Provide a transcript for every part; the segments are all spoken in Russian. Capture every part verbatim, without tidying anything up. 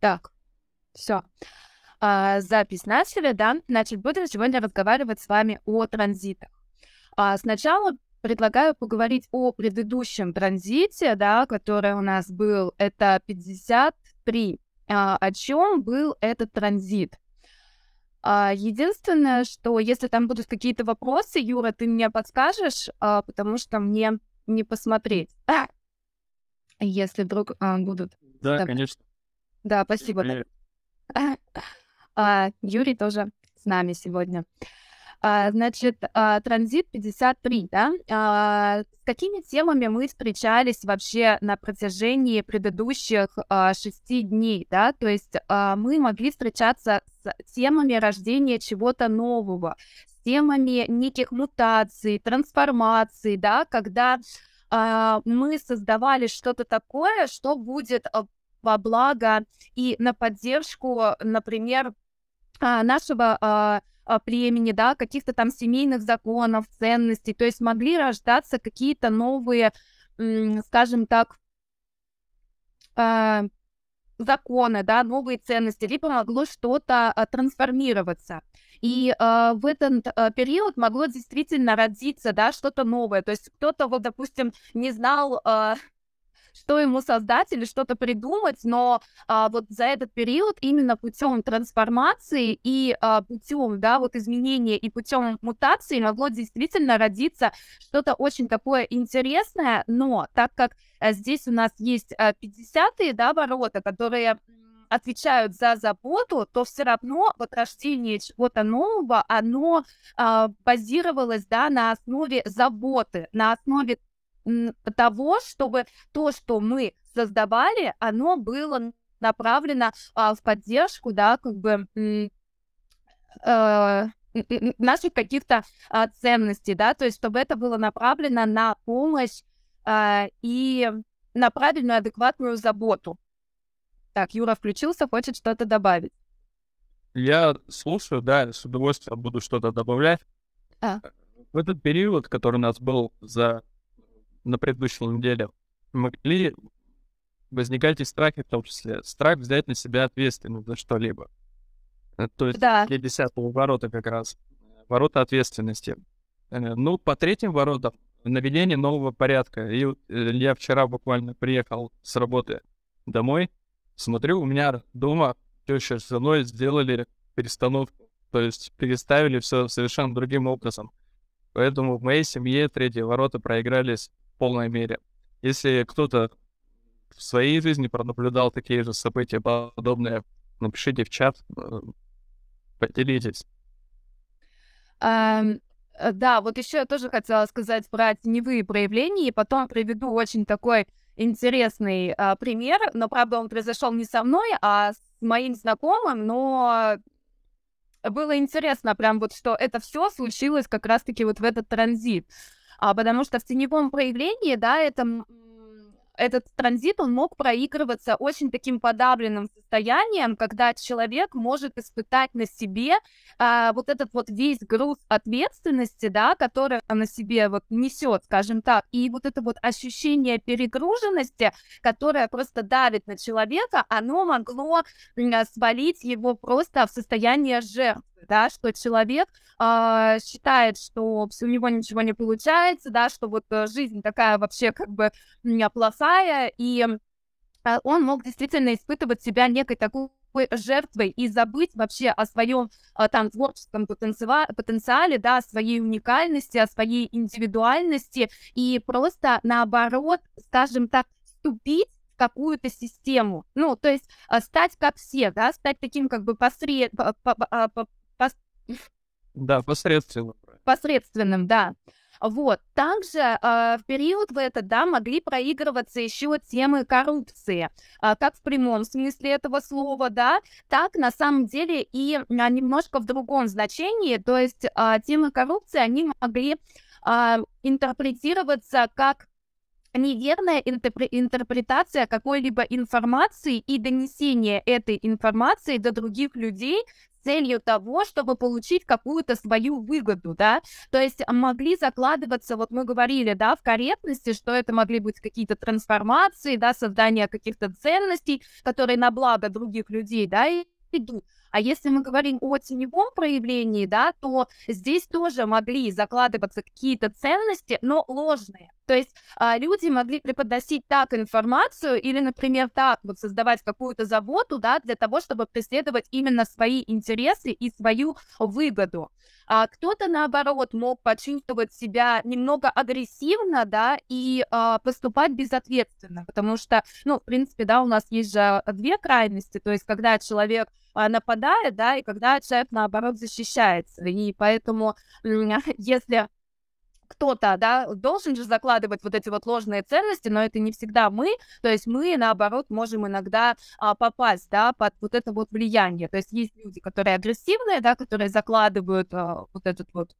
Так, все. Запись начали, да? Значит, будем сегодня разговаривать с вами о транзитах. А, сначала предлагаю поговорить о предыдущем транзите, да, который у нас был. Это пятьдесят три. А, о чем был этот транзит? А, единственное, что если там будут какие-то вопросы, Юра, ты мне подскажешь, а, потому что мне не посмотреть. А, если вдруг а, будут. Да, Да, конечно. да, Всем спасибо. привет. А, Юрий тоже с нами сегодня. А, значит, а, транзит пятьдесят три, да? А, с какими темами мы встречались вообще на протяжении предыдущих а, шести дней, да? То есть а, мы могли встречаться с темами рождения чего-то нового, с темами неких мутаций, трансформаций, да, когда а, мы создавали что-то такое, что будет а, во благо и на поддержку, например, а, нашего а, а, племени, да, каких-то там семейных законов, ценностей. То есть могли рождаться какие-то новые, м, скажем так, а, законы, да, новые ценности, либо могло что-то а, трансформироваться. И а, в этот а, период могло действительно родиться, да, что-то новое. То есть кто-то, вот, допустим, не знал, а, что ему создать или что-то придумать, но а, вот за этот период именно путем трансформации и а, путем, да, вот изменения и путем мутации могло действительно родиться что-то очень такое интересное, но так как а, здесь у нас есть а, пятидесятые, да, ворота, которые м, отвечают за заботу, то все равно вот рождение чего-то нового, оно а, базировалось, да, на основе заботы, на основе м, того, чтобы то, что мы создавали, оно было направлено а, в поддержку, да, как бы м, э, н- н- наших каких-то а, ценностей, да, то есть чтобы это было направлено на помощь а, и на правильную, адекватную заботу. Так, Юра включился, хочет что-то добавить. Я слушаю, да, с удовольствием буду что-то добавлять. А, В этот период, который у нас был за на предыдущей неделе, могли возникать и страхи в том числе. Страх взять на себя ответственность за что-либо. Э, То есть да. для десятого ворота как раз. э, Ворота ответственности. Э, Ну, по третьим воротам наведение нового порядка. И вот, э, я вчера буквально приехал с работы домой, смотрю, у меня дома теща с женой сделали перестановку. То есть переставили все совершенно другим образом. Поэтому в моей семье третьи ворота проигрались в полной мере. Если кто-то в своей жизни пронаблюдал такие же события подобные, напишите в чат, э, поделитесь. Ам, э, да, вот еще я тоже хотела сказать про теневые проявления, и потом приведу очень такой интересный а, пример, но, правда, он произошел не со мной, а с моим знакомым, но было интересно прям вот, что это все случилось как раз-таки вот в этот транзит. А, потому что в теневом проявлении, да, это, м, этот транзит, он мог проигрываться очень таким подавленным состоянием, когда человек может испытать на себе а, вот этот вот весь груз ответственности, да, который он на себе вот несет, скажем так, и вот это вот ощущение перегруженности, которое просто давит на человека, оно могло м, а, свалить его просто в состояние жертвы, да, что человек а, считает, что всё, у него ничего не получается, да, что вот э, жизнь такая вообще как бы м, плохая, и а, он мог действительно испытывать себя некой такой жертвой и забыть вообще о своем а, там творческом потенциа- потенциале, да, о своей уникальности, о своей индивидуальности, и просто наоборот, скажем так, вступить в какую-то систему. Ну, то есть а, стать как все, да, стать таким как бы посред... по- по- а, по- пос- Да, посредственно. посредственным, да. Вот. Также а, в период в этот, да, могли проигрываться еще темы коррупции, а, как в прямом смысле этого слова, да, так на самом деле и а, немножко в другом значении. То есть а, темы коррупции, они могли а, интерпретироваться как неверная интерпре- интерпретация какой-либо информации и донесение этой информации до других людей с целью того, чтобы получить какую-то свою выгоду, да. То есть могли закладываться, вот мы говорили, да, в корректности, что это могли быть какие-то трансформации, да, создание каких-то ценностей, которые на благо других людей, да, и идут. А если мы говорим о теневом проявлении, да, то здесь тоже могли закладываться какие-то ценности, но ложные. То есть а, люди могли преподносить так информацию или, например, так вот создавать какую-то заботу, да, для того, чтобы преследовать именно свои интересы и свою выгоду. А кто-то, наоборот, мог почувствовать себя немного агрессивно, да, и а, поступать безответственно, потому что, ну, в принципе, да, у нас есть же две крайности, то есть когда человек а, нападает, да, и когда человек, наоборот, защищается, и поэтому, м, если кто-то, да, должен же закладывать вот эти вот ложные ценности, но это не всегда мы, то есть мы, наоборот, можем иногда а, попасть, да, под вот это вот влияние. То есть есть люди, которые агрессивные, да, которые закладывают а, вот этот вот,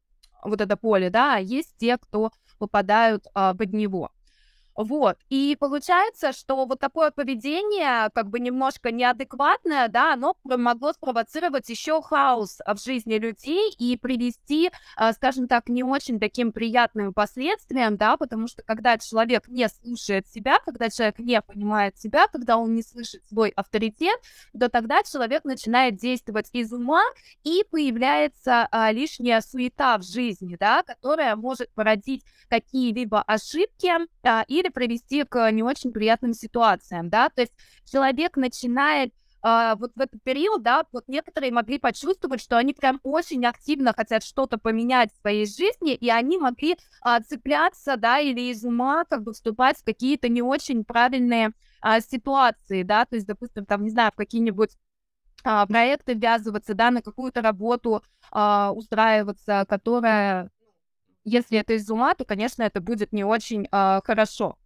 вот это поле, да, а есть те, кто попадают а, под него. Вот, и получается, что вот такое поведение, как бы немножко неадекватное, да, оно пр- могло спровоцировать еще хаос а, в жизни людей и привести, а, скажем так, не очень таким приятным последствиям, да, потому что когда человек не слушает себя, когда человек не понимает себя, когда он не слышит свой авторитет, то тогда человек начинает действовать из ума, и появляется а, лишняя суета в жизни, да, которая может породить какие-либо ошибки а, или привести к не очень приятным ситуациям, да, то есть человек начинает а, вот в этот период, да, вот некоторые могли почувствовать, что они прям очень активно хотят что-то поменять в своей жизни, и они могли а, цепляться, да, или из ума как бы вступать в какие-то не очень правильные а, ситуации, да, то есть, допустим, там, не знаю, в какие-нибудь а, проекты ввязываться, да, на какую-то работу а, устраиваться, которая, если это из ума, то, конечно, это будет не очень а, хорошо.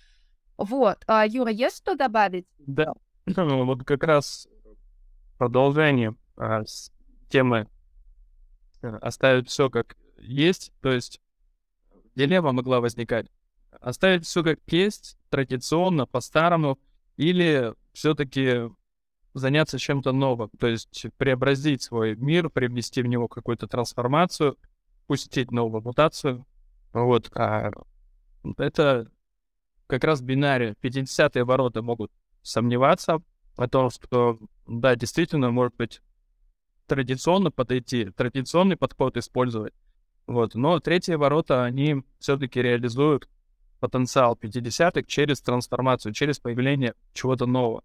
Вот. А, Юра, есть что добавить? Да, ну, вот как раз продолжение а, с темы э, оставить все как есть, то есть дилемма могла возникать. Оставить все как есть, традиционно, по-старому, или все-таки заняться чем-то новым, то есть преобразить свой мир, привнести в него какую-то трансформацию, пустить новую мутацию. Вот. А это как раз бинария. пятидесятые ворота могут сомневаться о том, что, да, действительно, может быть, традиционно подойти, традиционный подход использовать. Вот. Но третьи ворота, они все-таки реализуют потенциал пятидесятых через трансформацию, через появление чего-то нового.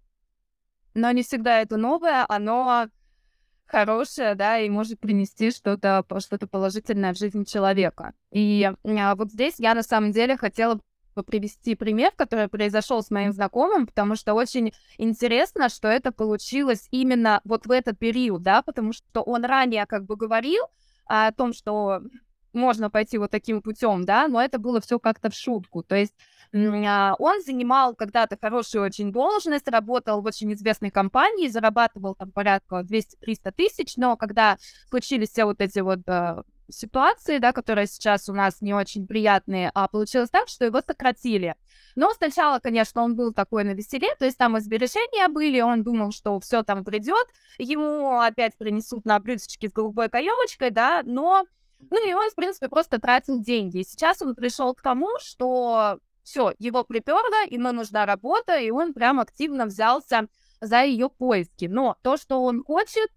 Но не всегда это новое, оно хорошее, да, и может принести что-то, по- что-то положительное в жизнь человека. И а, вот здесь я на самом деле хотела бы привести пример, который произошел с моим знакомым, потому что очень интересно, что это получилось именно вот в этот период, да, потому что он ранее как бы говорил о том, что можно пойти вот таким путем, да, но это было все как-то в шутку. То есть м, а, он занимал когда-то хорошую очень должность, работал в очень известной компании, зарабатывал там порядка двести-триста тысяч, но когда случились все вот эти вот а, ситуации, да, которые сейчас у нас не очень приятные, а получилось так, что его сократили. Но сначала, конечно, он был такой навеселе, то есть там и сбережения были, он думал, что все там придет, ему опять принесут на блюдечке с голубой каемочкой, да, но ну и он, в принципе, просто тратил деньги. И сейчас он пришел к тому, что все, его приперло, ему нужна работа, и он прям активно взялся за ее поиски. Но то, что он хочет,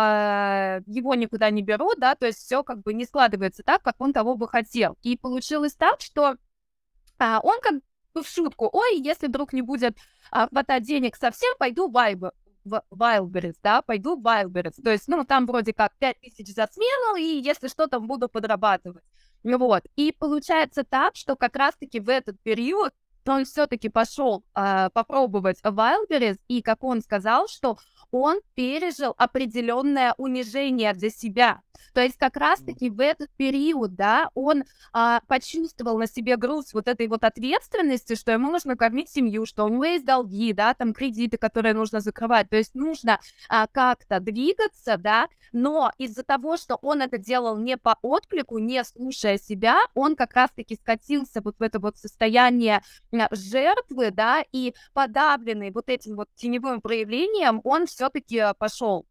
а, его никуда не берут, да, то есть все как бы не складывается так, как он того бы хотел. И получилось так, что а, он как бы в шутку: ой, если вдруг не будет а, хватать денег совсем, пойду в Вайбер в Wildberries, да, пойду в Wildberries. То есть, ну, там вроде как пять тысяч за смену, и если что, там буду подрабатывать. Ну вот. И получается так, что как раз-таки в этот период он все-таки пошел а, попробовать Wildberries, и как он сказал, что он пережил определенное унижение для себя. То есть как раз-таки в этот период, да, он а, почувствовал на себе груз вот этой вот ответственности, что ему нужно кормить семью, что у него есть долги, да, там кредиты, которые нужно закрывать. То есть нужно а, как-то двигаться, да, но из-за того, что он это делал не по отклику, не слушая себя, он как раз-таки скатился вот в это вот состояние а, жертвы, да, и подавленный вот этим вот теневым проявлением, он все-таки пошел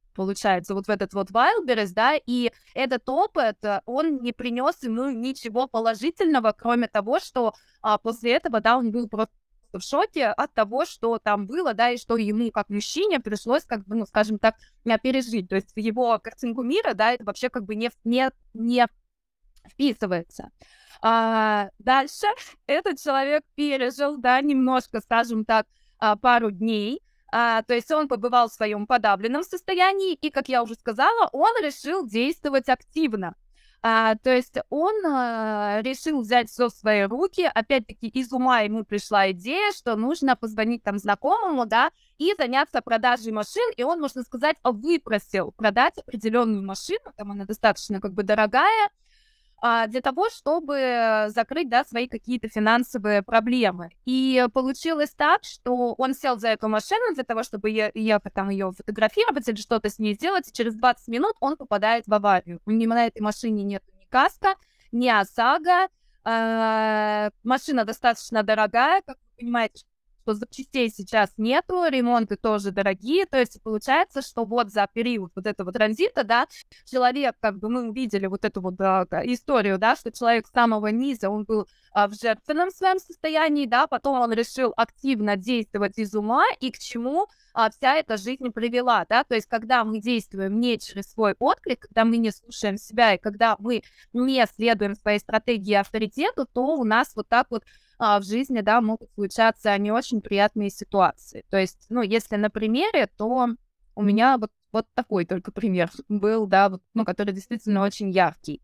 получается, вот в этот вот Wildberries, да, и этот опыт, э, он не принес ему ничего положительного, кроме того, что а, после этого, да, он был просто в шоке от того, что там было, да, и что ему, как мужчине, пришлось, как бы, ну, скажем так, а, пережить. То есть в его картинку мира, да, это вообще как бы не, не, не вписывается. А, дальше этот человек пережил, да, немножко, скажем так, а, пару дней. А, то есть он побывал в своем подавленном состоянии, и, как я уже сказала, он решил действовать активно. А, то есть он а, решил взять все в свои руки. Опять-таки из ума ему пришла идея, что нужно позвонить там знакомому, да, и заняться продажей машин. И он, можно сказать, выпросил продать определенную машину, там она достаточно как бы дорогая, а, для того, чтобы закрыть, да, свои какие-то финансовые проблемы. И получилось так, что он сел за эту машину для того, чтобы е- ехать там ее фотографировать или что-то с ней сделать, и через двадцать минут он попадает в аварию. У него на этой машине нет ни каска, ни ОСАГО. А, машина достаточно дорогая, как вы понимаете, что запчастей сейчас нету, ремонты тоже дорогие. То есть получается, что вот за период вот этого транзита, да, человек, как бы мы увидели вот эту вот а, ка- историю, да, что человек с самого низа, он был а, в жертвенном своем состоянии, да, потом он решил активно действовать из ума, и к чему а, вся эта жизнь привела, да, то есть когда мы действуем не через свой отклик, когда мы не слушаем себя, и когда мы не следуем своей стратегии и авторитету, то у нас вот так вот а, в жизни, да, могут случаться не очень приятные ситуации. То есть, ну, если на примере, то у меня вот вот такой только пример был, да, вот, ну, который действительно очень яркий.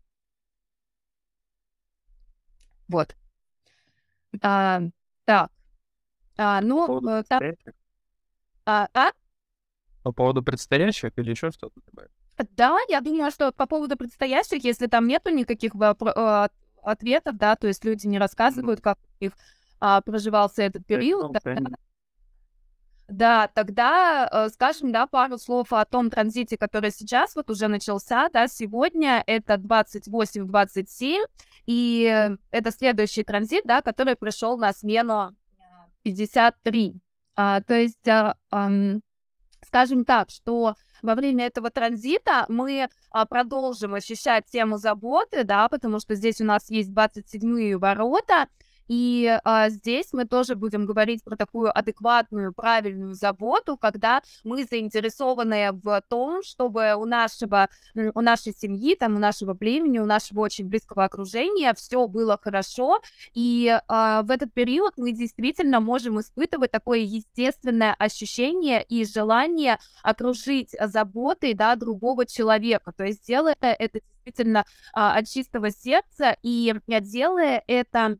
Вот. А, так, а, По ну, поводу э, там, предстоящих? а, а, По поводу предстоящих или еще что-то добавить? да, я думаю, что по поводу предстоящих, если там нету никаких вопро- а, ответов, да, то есть люди не рассказывают, как у них а, проживался этот период, Ну, тогда понятно. да, тогда, э, скажем, да, пару слов о том транзите, который сейчас вот уже начался, да, сегодня это двадцать восемь двадцать семь, и э, это следующий транзит, да, который пришел на смену пятьдесят три. А, то есть, а, ам, скажем так, что во время этого транзита мы а, продолжим ощущать тему заботы, да, потому что здесь у нас есть двадцать седьмые ворота, и а, здесь мы тоже будем говорить про такую адекватную, правильную заботу, когда мы заинтересованы в том, чтобы у нашего, м, у нашей семьи, там, у нашего племени, у нашего очень близкого окружения все было хорошо, и а, в этот период мы действительно можем испытывать такое естественное ощущение и желание окружить а, заботой, да, другого человека. То есть делая это действительно а, от чистого сердца, и а, делая это,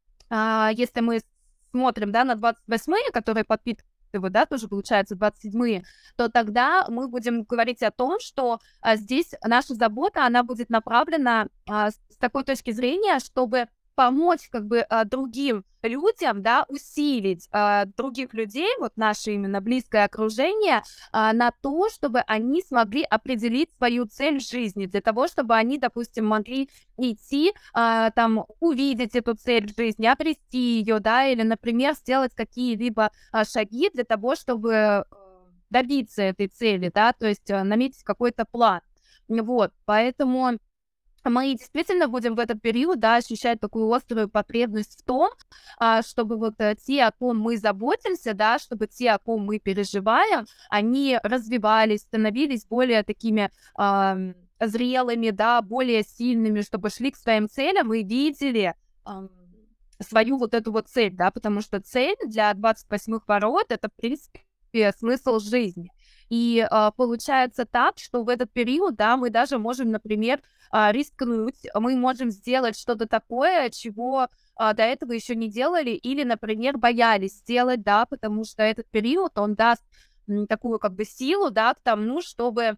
а, если мы смотрим, да, на двадцать восьмые, которые подпитывают, да, тоже получается двадцать седьмые, то тогда мы будем говорить о том, что а, здесь наша забота, она будет направлена а, с с такой точки зрения, чтобы помочь как бы а, другим людям, да, усилить а, других людей, вот наше именно близкое окружение, а, на то, чтобы они смогли определить свою цель в жизни, для того, чтобы они, допустим, могли идти, а, там, увидеть эту цель в жизни, обрести ее, да, или, например, сделать какие-либо а, шаги для того, чтобы э, добиться этой цели, да, то есть э, наметить какой-то план. Вот, поэтому мы действительно будем в этот период, да, ощущать такую острую потребность в том, а, чтобы вот э, те, о ком мы заботимся, да, чтобы те, о ком мы переживаем, они развивались, становились более такими ам, зрелыми, да, более сильными, чтобы шли к своим целям и видели ам, свою вот эту вот цель, да, потому что цель для двадцать восьмых ворот — это, в принципе, смысл жизни. И а, получается так, что в этот период, да, мы даже можем, например, а, рискнуть, мы можем сделать что-то такое, чего а, до этого еще не делали, или, например, боялись сделать, да, потому что этот период, он даст м, такую как бы силу, да, к тому, чтобы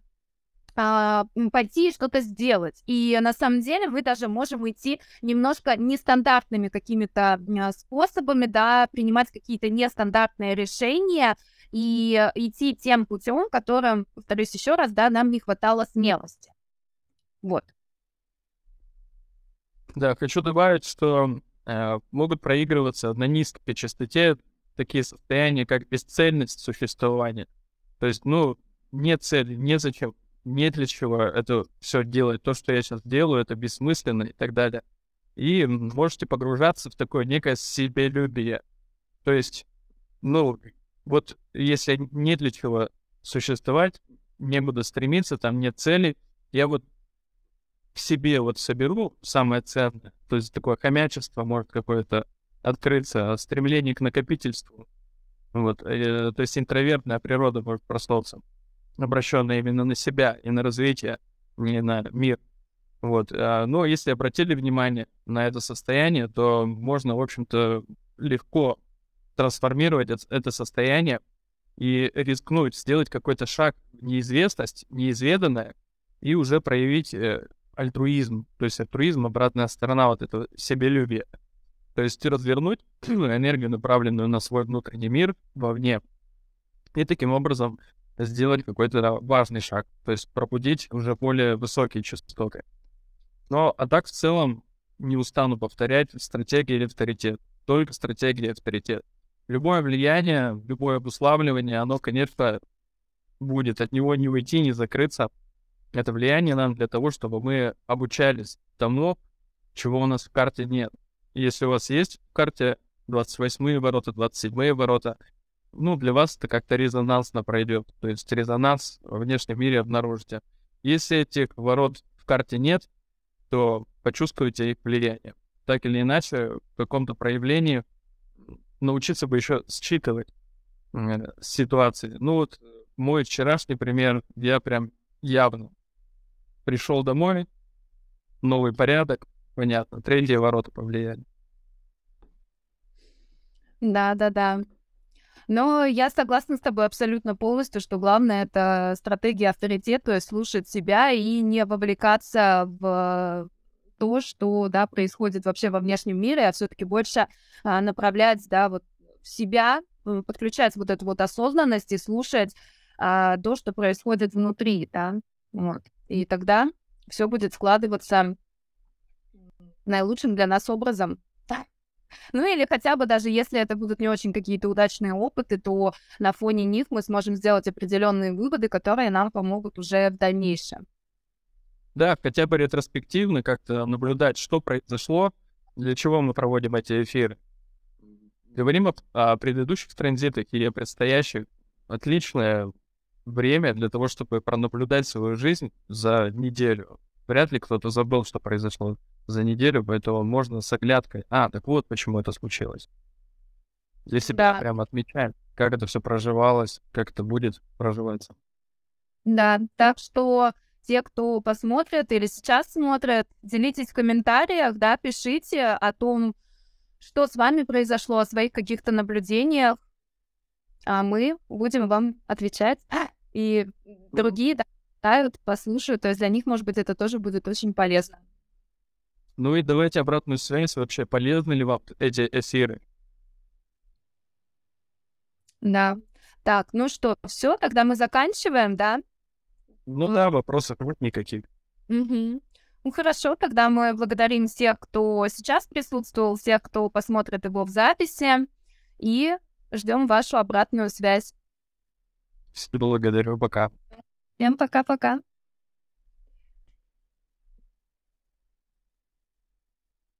а, м, пойти и что-то сделать. И на самом деле мы даже можем идти немножко нестандартными какими-то а, способами, да, принимать какие-то нестандартные решения и э, идти тем путем, которым, повторюсь еще раз, да, нам не хватало смелости. Вот. Да, хочу добавить, что э, могут проигрываться на низкой частоте такие состояния, как бесцельность существования. То есть, ну, нет цели, незачем, не для чего это все делать. То, что я сейчас делаю, это бессмысленно и так далее. И м, можете погружаться в такое некое себелюбие. То есть, ну, вот если не для чего существовать, не буду стремиться, там нет цели, я вот к себе вот соберу самое ценное, то есть такое хомячество может какое-то открыться, стремление к накопительству. Вот, э, то есть интровертная природа может проснуться, обращенная именно на себя и на развитие, не на мир. Вот, а, но если обратили внимание на это состояние, то можно, в общем-то, легко трансформировать эт- это состояние и рискнуть, сделать какой-то шаг в неизвестность, неизведанное, и уже проявить э, альтруизм. То есть альтруизм — обратная сторона вот этого себелюбия. То есть развернуть энергию, направленную на свой внутренний мир вовне, и таким образом сделать какой-то да, важный шаг, то есть пробудить уже более высокие частоты. Но, а так в целом, не устану повторять, стратегия или авторитет. Только стратегия и авторитет. Любое влияние, любое обуславливание, оно, конечно, будет. От него не уйти, не закрыться. Это влияние нам для того, чтобы мы обучались тому, чего у нас в карте нет. Если у вас есть в карте двадцать восьмые ворота, двадцать седьмые ворота, ну, для вас это как-то резонансно пройдет. То есть резонанс во внешнем мире обнаружите. Если этих ворот в карте нет, то почувствуете их влияние. Так или иначе, в каком-то проявлении научиться бы еще считывать э, ситуации. Ну вот мой вчерашний пример, я прям явно пришел домой, новый порядок, понятно, третьи ворота повлияли. Да-да-да. Но я согласна с тобой абсолютно полностью, что главное — это стратегия авторитета, то есть слушать себя и не вовлекаться в то, что, да, происходит вообще во внешнем мире, а все таки больше, а, направлять, да, вот в себя, м, подключать вот эту вот осознанность и слушать, а, то, что происходит внутри, да. Вот. И тогда все будет складываться наилучшим для нас образом. Ну или хотя бы даже если это будут не очень какие-то удачные опыты, то на фоне них мы сможем сделать определенные выводы, которые нам помогут уже в дальнейшем. Да, хотя бы ретроспективно как-то наблюдать, что произошло, для чего мы проводим эти эфиры. Говорим о, о предыдущих транзитах и о предстоящих. Отличное время для того, чтобы пронаблюдать свою жизнь за неделю. Вряд ли кто-то забыл, что произошло за неделю, поэтому можно с оглядкой. А, так вот почему это случилось. Для себя Да, прям отмечаем, как это все проживалось, как это будет проживаться. да. Так что те, кто посмотрит или сейчас смотрит, делитесь в комментариях, да, пишите о том, что с вами произошло, о своих каких-то наблюдениях, а мы будем вам отвечать. И другие, да, читают, послушают, то есть для них, может быть, это тоже будет очень полезно. Ну и давайте обратную связь, вообще полезны ли вам эти эфиры. Да. Так, ну что, все, тогда мы заканчиваем, да? Ну да, вопросов нет никаких. Мгм. Ну хорошо, тогда мы благодарим всех, кто сейчас присутствовал, всех, кто посмотрит его в записи, и ждем вашу обратную связь. Благодарю, пока. Всем пока-пока.